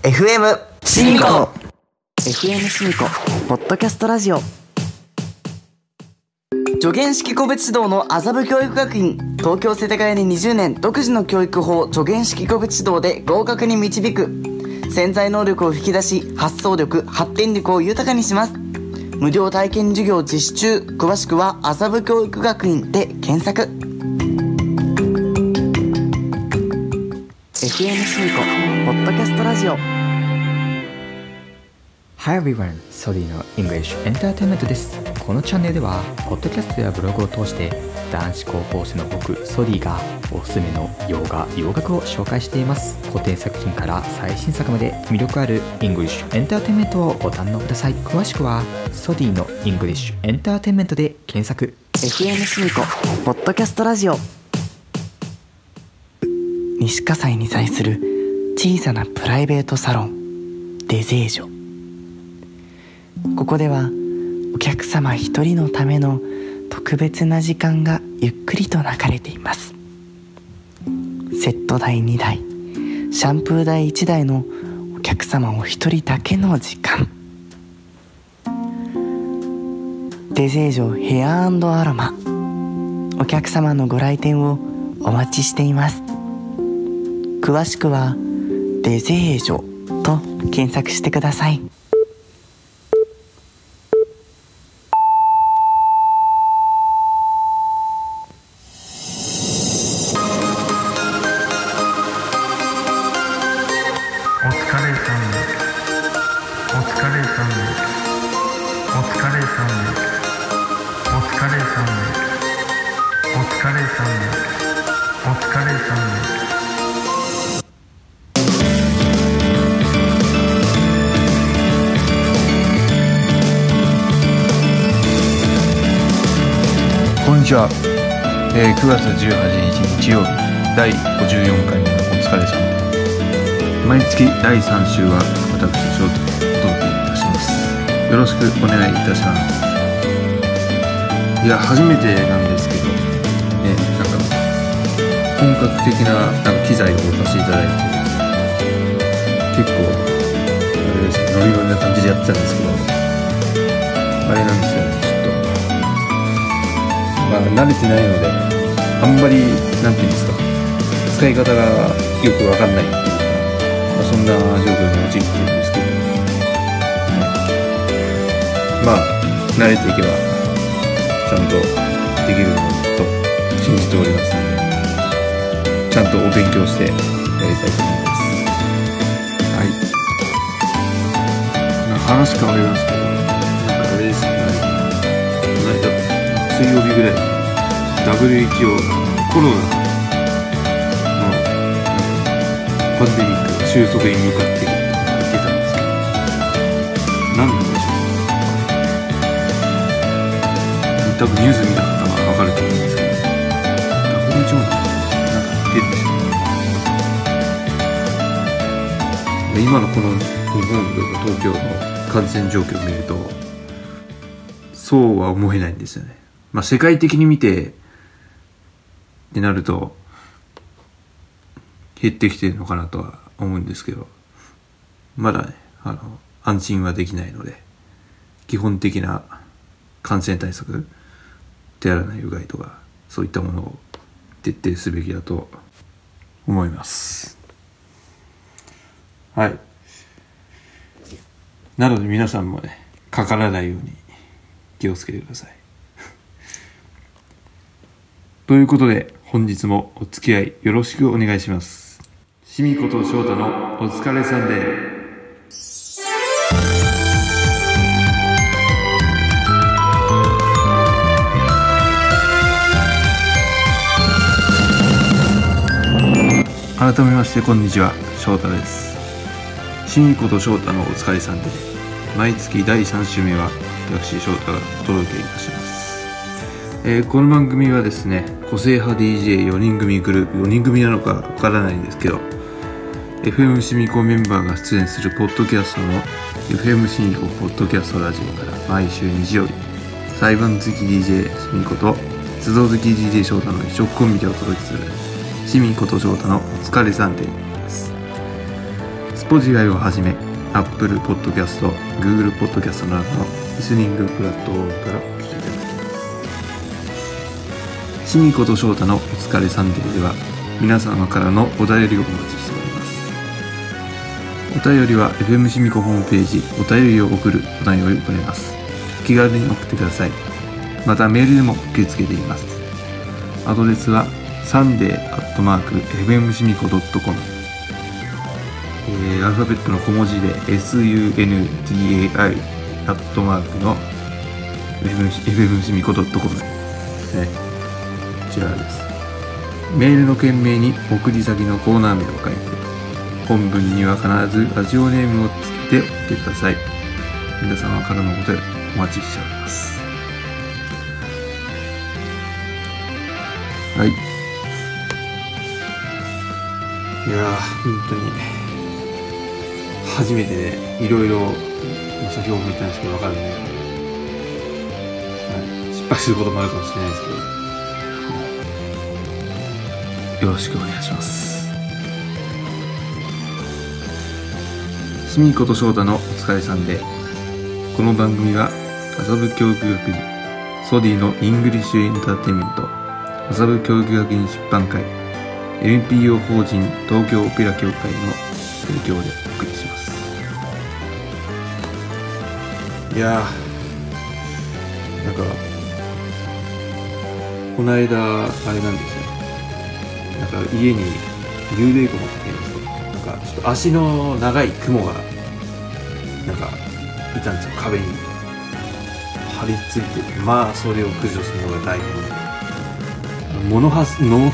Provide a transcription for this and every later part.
FM シミコ FM シミコポッドキャストラジオ。 助言式個別指導の麻布教育学院、東京世田谷に20年独自の教育法助言式個別指導で合格に導く。潜在能力を引き出し、発想力発展力を豊かにします。無料体験授業実施中。詳しくは麻布教育学院で検索。 FM シミコポッドキャストラジオ。 Hi everyone! ソディの English Entertainment です。このチャンネルではポッドキャストやブログを通して男子高校生の僕ソディがおすすめの洋画・洋楽を紹介しています。古典作品から最新作まで魅力ある English Entertainment をご堪能ください。詳しくはソディの English Entertainment で検索。 FM シミコポッドキャストラジオ。西葛西に在する小さなプライベートサロンデゼージョ。ここではお客様一人のための特別な時間がゆっくりと流れています。セット代2台、シャンプー台1台のお客様お一人だけの時間。デゼージョヘア&アロマ、お客様のご来店をお待ちしています。詳しくはデゼージョと検索してください。 こんにちは、9月18日日曜日第54回目のお疲れ様です。毎月第3週は私翔太でお届けいたします。よろしくお願いいたします。いや、初めてなんですけど、なんか本格的な機材を置かせていただいて、結構あれですね、ノリノリな感じでやってたんですけど、あれなんですよね、慣れてないので、あんまりなんていうんですか、使い方がよくわかんないっていうか、そんな状況に陥ってるんですけど、慣れていけばちゃんとできるのと信じておりますので、ちゃんとお勉強してやりたいと思います。はい。話変わりますけど、あれですね、この間水曜日ぐらいに WHO コロナのパンデミックが収束に向かっているって言ってたんですけど、何なんでしょう。多分ニュース見た方は分かると思うんですけど、WHO のなんか言ってるんですよ。今のこの日本とか東京の感染状況を見るとそうは思えないんですよね。世界的に見てってなると減ってきてるのかなとは思うんですけど、まだね、安心はできないので、基本的な感染対策、手洗いないうがいとかそういったものを徹底すべきだと思います。はい。なので皆さんもね、かからないように気をつけてください。ということで、本日もお付き合いよろしくお願いします。しみこと翔太のお疲れサンデー。改めましてこんにちは、翔太です。しみこと翔太のお疲れサンデー。毎月第3週目は私翔太がお届けいたします。この番組はですね、個性派 DJ4 人組グループ、4人組なのかわからないんですけど、FM シミコメンバーが出演するポッドキャストの FM シミコポッドキャストラジオから毎週日曜日、裁判好き DJ シミコと鉄道好き DJ 翔太の異色コンビでお届けするシミコと翔太のお疲れサンデーです。 Spotify をはじめ Apple Podcast、Google Podcast などのリスニングプラットフォームからお聞きいただけます。しみこと翔太のお疲れサンデーでは皆様からのお便りをお待ちしております。お便りは FM しみこホームページお便りを送るボタンより送れます。お気軽に送ってください。またメールでも受け付けています。アドレスは sunday@fmshimiko.com、アルファベットの小文字で SUNDAI アットマークの fmshimiko.com ですね。こちらです。メールの件名に送り先のコーナー名を書いて、本文には必ずラジオネームをつけて送ってください。皆様からのお便りお待ちしております。はい。いやー、本当に初めてね、いろいろ先ほども言ったんですけど分かるね、失敗することもあるかもしれないですけど、よろしくお願いします。しみこと翔太のお疲れさんで、この番組は麻布教育学院ソディのイングリッシュエンターテインメント、麻布教育学院出版会、 NPO 法人東京オペラ協会の提供でお送りします。いやー、なんかこの間あれなんですよ、なんか家に幽霊雲って言うんですけど、なんかちょっと足の長い雲がなんかいたんですよ。壁に張り付いてて、まあそれを駆除するのが大変で、物干し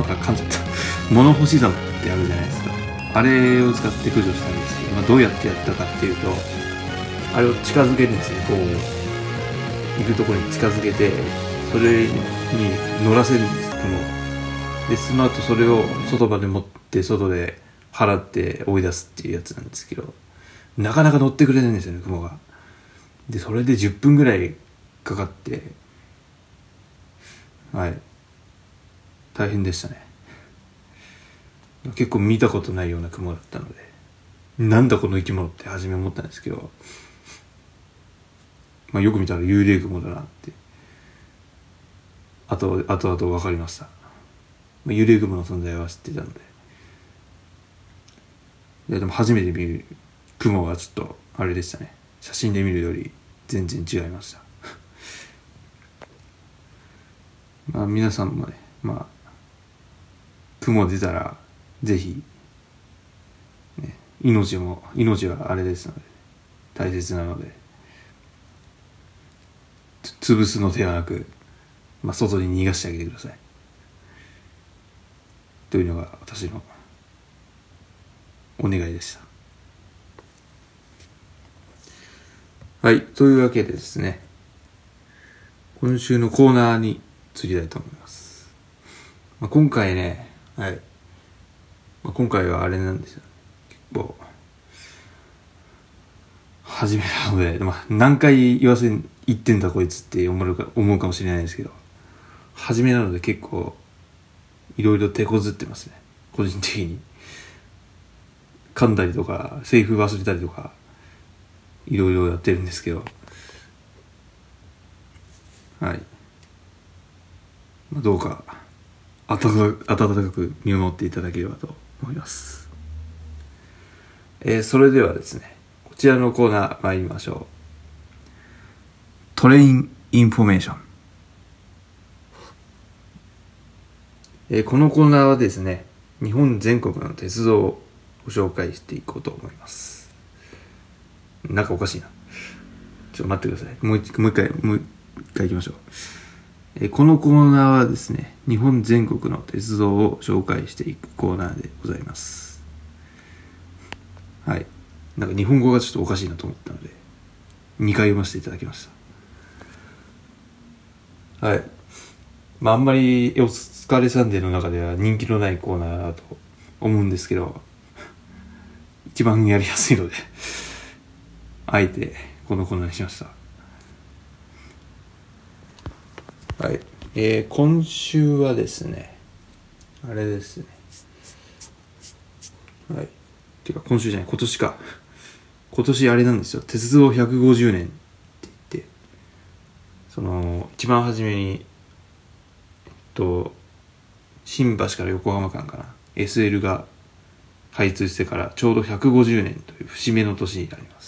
算ってあるじゃないですか。あれを使って駆除したんですけど、どうやってやったかっていうと、あれを近づけるんですね。こう行くところに近づけて、それに乗らせるんです。でその後それを外まで持って外で払って追い出すっていうやつなんですけど、なかなか乗ってくれないんですよね、雲が。でそれで10分ぐらいかかって、はい、大変でしたね。結構見たことないような雲だったので、なんだこの生き物って初め思ったんですけど、よく見たら幽霊雲だなって後々分かりました。幽霊雲の存在は知ってたので。いやでも初めて見る雲はちょっとあれでしたね。写真で見るより全然違いました。皆さんもね、雲出たらぜひ、ね、命はあれですので大切なので、潰すのではなく、外に逃がしてあげてくださいというのが私のお願いでした。はい、というわけでですね、今週のコーナーに移りたいと思います。今回ね、はい、今回はあれなんですよ。結構初めなので、何回言ってんだこいつって思うかもしれないですけど、初めなので結構いろいろ手こずってますね。個人的に噛んだりとかセリフ忘れたりとかいろいろやってるんですけど、はい、どうか温かく見守っていただければと思います。それではですね、こちらのコーナー参りましょう。トレインインフォメーション。このコーナーはですね、日本全国の鉄道をご紹介していこうと思います。なんかおかしいな。ちょっと待ってください。もう一回行きましょう。このコーナーはですね、日本全国の鉄道を紹介していくコーナーでございます。はい。なんか日本語がちょっとおかしいなと思ったので、2回読ませていただきました。はい。あんまりお疲れサンデーの中では人気のないコーナーだと思うんですけど、一番やりやすいのであえてこのコーナーにしました。はい、今週はですね、あれですね、はい、 ていうか今週じゃない、今年か。今年あれなんですよ、鉄道150年って言って、その一番初めに新橋から横浜間かな SL が開通してからちょうど150年という節目の年になります。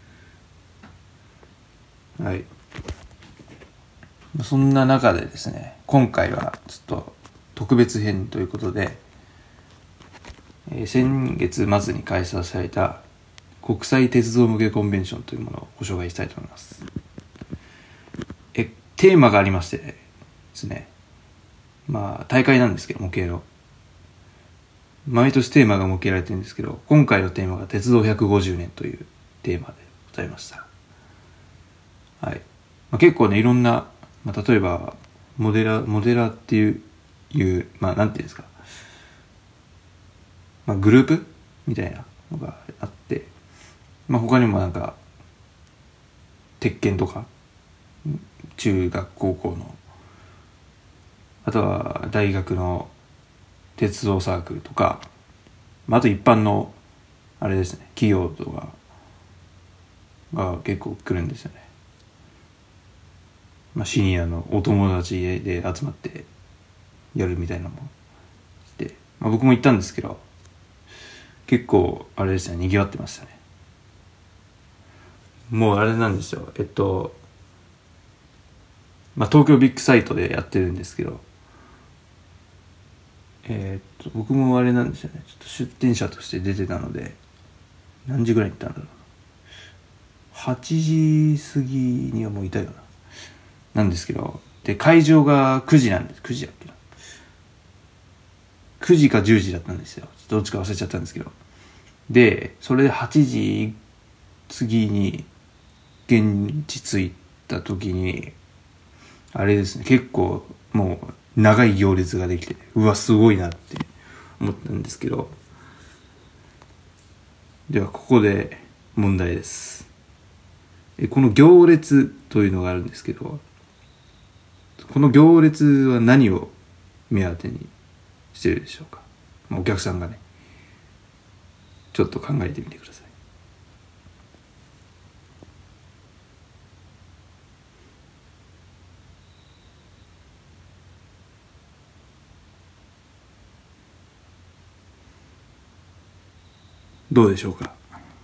はい。そんな中でですね、今回はちょっと特別編ということで、先月末に開催された国際鉄道向けコンベンションというものをご紹介したいと思います。テーマがありましてですね、まあ大会なんですけど、模型の毎年テーマが設けられてるんですけど、今回のテーマが鉄道150年というテーマでございました。はい。結構ね、いろんな、例えばモデラーっていうなんていうんですか、グループみたいなのがあって、他にもなんか鉄拳とか中学高校の、あとは大学の鉄道サークルとか、あと一般のあれですね、企業とかが結構来るんですよね。シニアのお友達で集まってやるみたいなのもで、僕も行ったんですけど、結構あれですね、賑わってましたね。もうあれなんですよ、東京ビッグサイトでやってるんですけど、僕もあれなんですよね、ちょっと出展者として出てたので、何時ぐらいに行ったんだろう、8時過ぎにはもういたよなんですけど、で会場が9時なんです。9時だっけな、9時か10時だったんですよ。どっちか忘れちゃったんですけど、でそれで8時過ぎに現地着いた時にあれですね、結構もう長い行列ができて、うわすごいなって思ったんですけど、ではここで問題です。この行列というのがあるんですけど、この行列は何を目当てにしてるでしょうか。お客さんがね、ちょっと考えてみてください。どうでしょうか。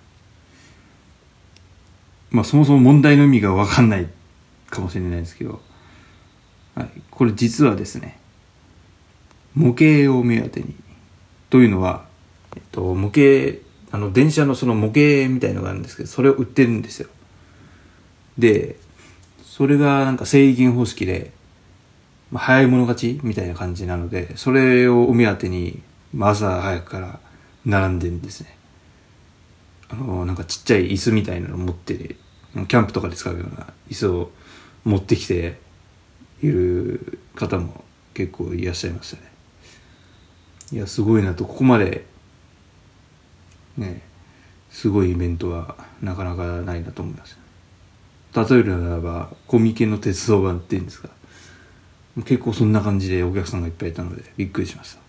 そもそも問題の意味が分かんないかもしれないですけど、はい、これ実はですね、模型を目当てにというのは、模型、電車のその模型みたいのがあるんですけど、それを売ってるんですよ。でそれがなんか制限方式で、早い者勝ちみたいな感じなので、それをお目当てに、朝早くから並んでるんですね。なんかちっちゃい椅子みたいなのを持って、キャンプとかで使うような椅子を持ってきている方も結構いらっしゃいましたね。いやすごいなと、ここまでねすごいイベントはなかなかないなと思います。例えるならばコミケの鉄道版っていうんですか、結構そんな感じでお客さんがいっぱいいたのでびっくりしました。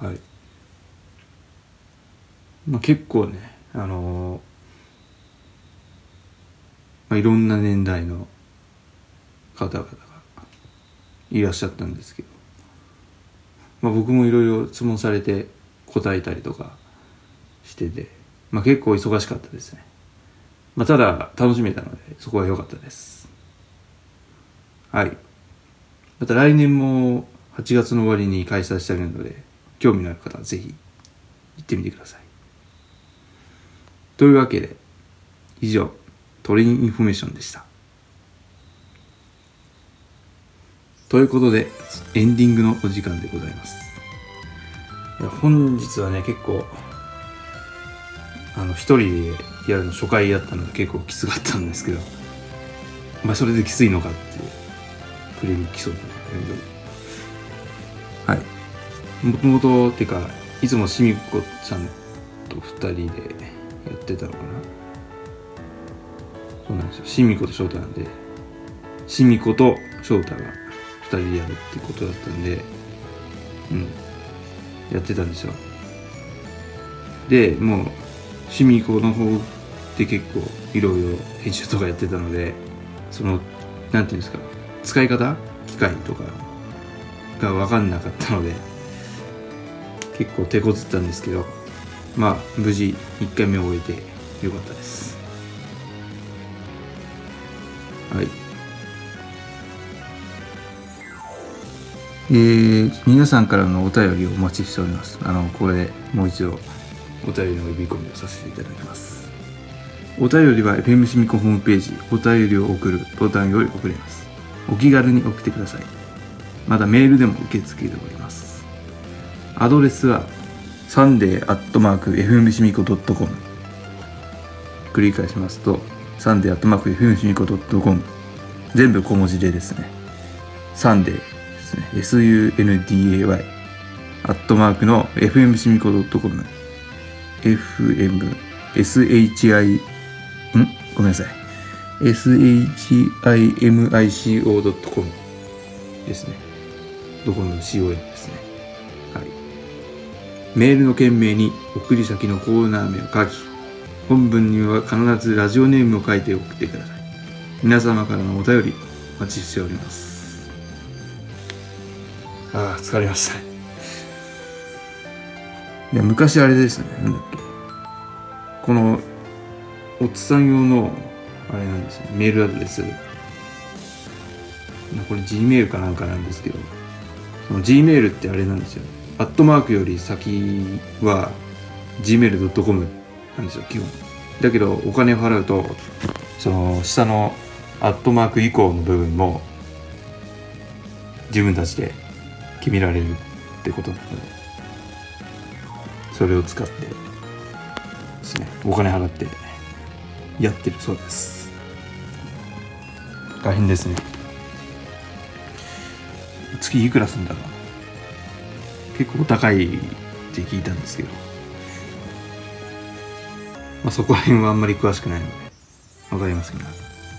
はい。結構ね、いろんな年代の方々がいらっしゃったんですけど、僕もいろいろ質問されて答えたりとかしてて、結構忙しかったですね。ただ楽しめたのでそこは良かったです。はい。また来年も8月の終わりに開催しているので、興味のある方はぜひ行ってみてください。というわけで以上、トレインインフォメーションでした。ということでエンディングのお時間でございます。本日はね結構一人でやるの初回やったので結構きつかったんですけど、それできついのかってクレーム来そうだね。はい。もともとてかいつもしみこちゃんと2人でやってたのかな。そうなんですよ。しみこと翔太なんで、しみこと翔太が2人でやるってことだったんで、やってたんですよ。 でもうシミコの方で結構いろいろ編集とかやってたので、そのなんていうんですか、使い方機械とかが分かんなかったので結構手こずったんですけど、まあ無事1回目を終えてよかったです。はい。皆さんからのお便りをお待ちしております。これでもう一度お便りの呼び込みをさせていただきます。お便りは FM シミコホームページお便りを送るボタンより送れます。お気軽に送ってください。またメールでも受け付けております。アドレスは sunday@fmshimiko.com、 繰り返しますと sunday@fmshimiko.com、 全部小文字でですね、サンデーですね、sunday アットマークの fmshimiko.com、 ごめんなさい、shimico.com ですね。どこの COM ですね。はい。メールの件名に送り先のコーナー名を書き、本文には必ずラジオネームを書いて送ってください。皆様からのお便りお待ちしております。ああ、疲れましたね。いや、昔あれですね、なんだっけ、このおっさん用のあれなんですよ、メールアドレス、これ Gmail かなんかなんですけど、その Gmail ってあれなんですよ、アットマークより先は gmail.com なんですよ基本。だけどお金を払うとその下のアットマーク以降の部分も自分たちで決められるってことなので、それを使ってですね、お金払ってやってるそうです。大変ですね。月いくらすんだろう。結構高いって聞いたんですけど、まあ、そこら辺はあんまり詳しくないのでわかりませんが、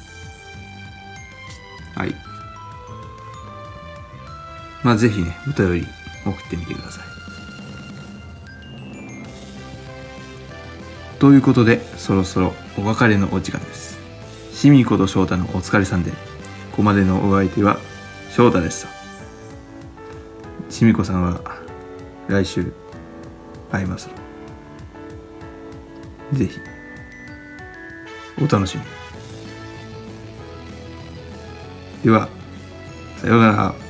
はい、まあぜひね、お便り送ってみてください。ということで、そろそろお別れのお時間です。シミコと翔太のお疲れさんで、ここまでのお相手は翔太でした。シミコさんは来週会いますので、ぜひお楽しみに。では、さようなら。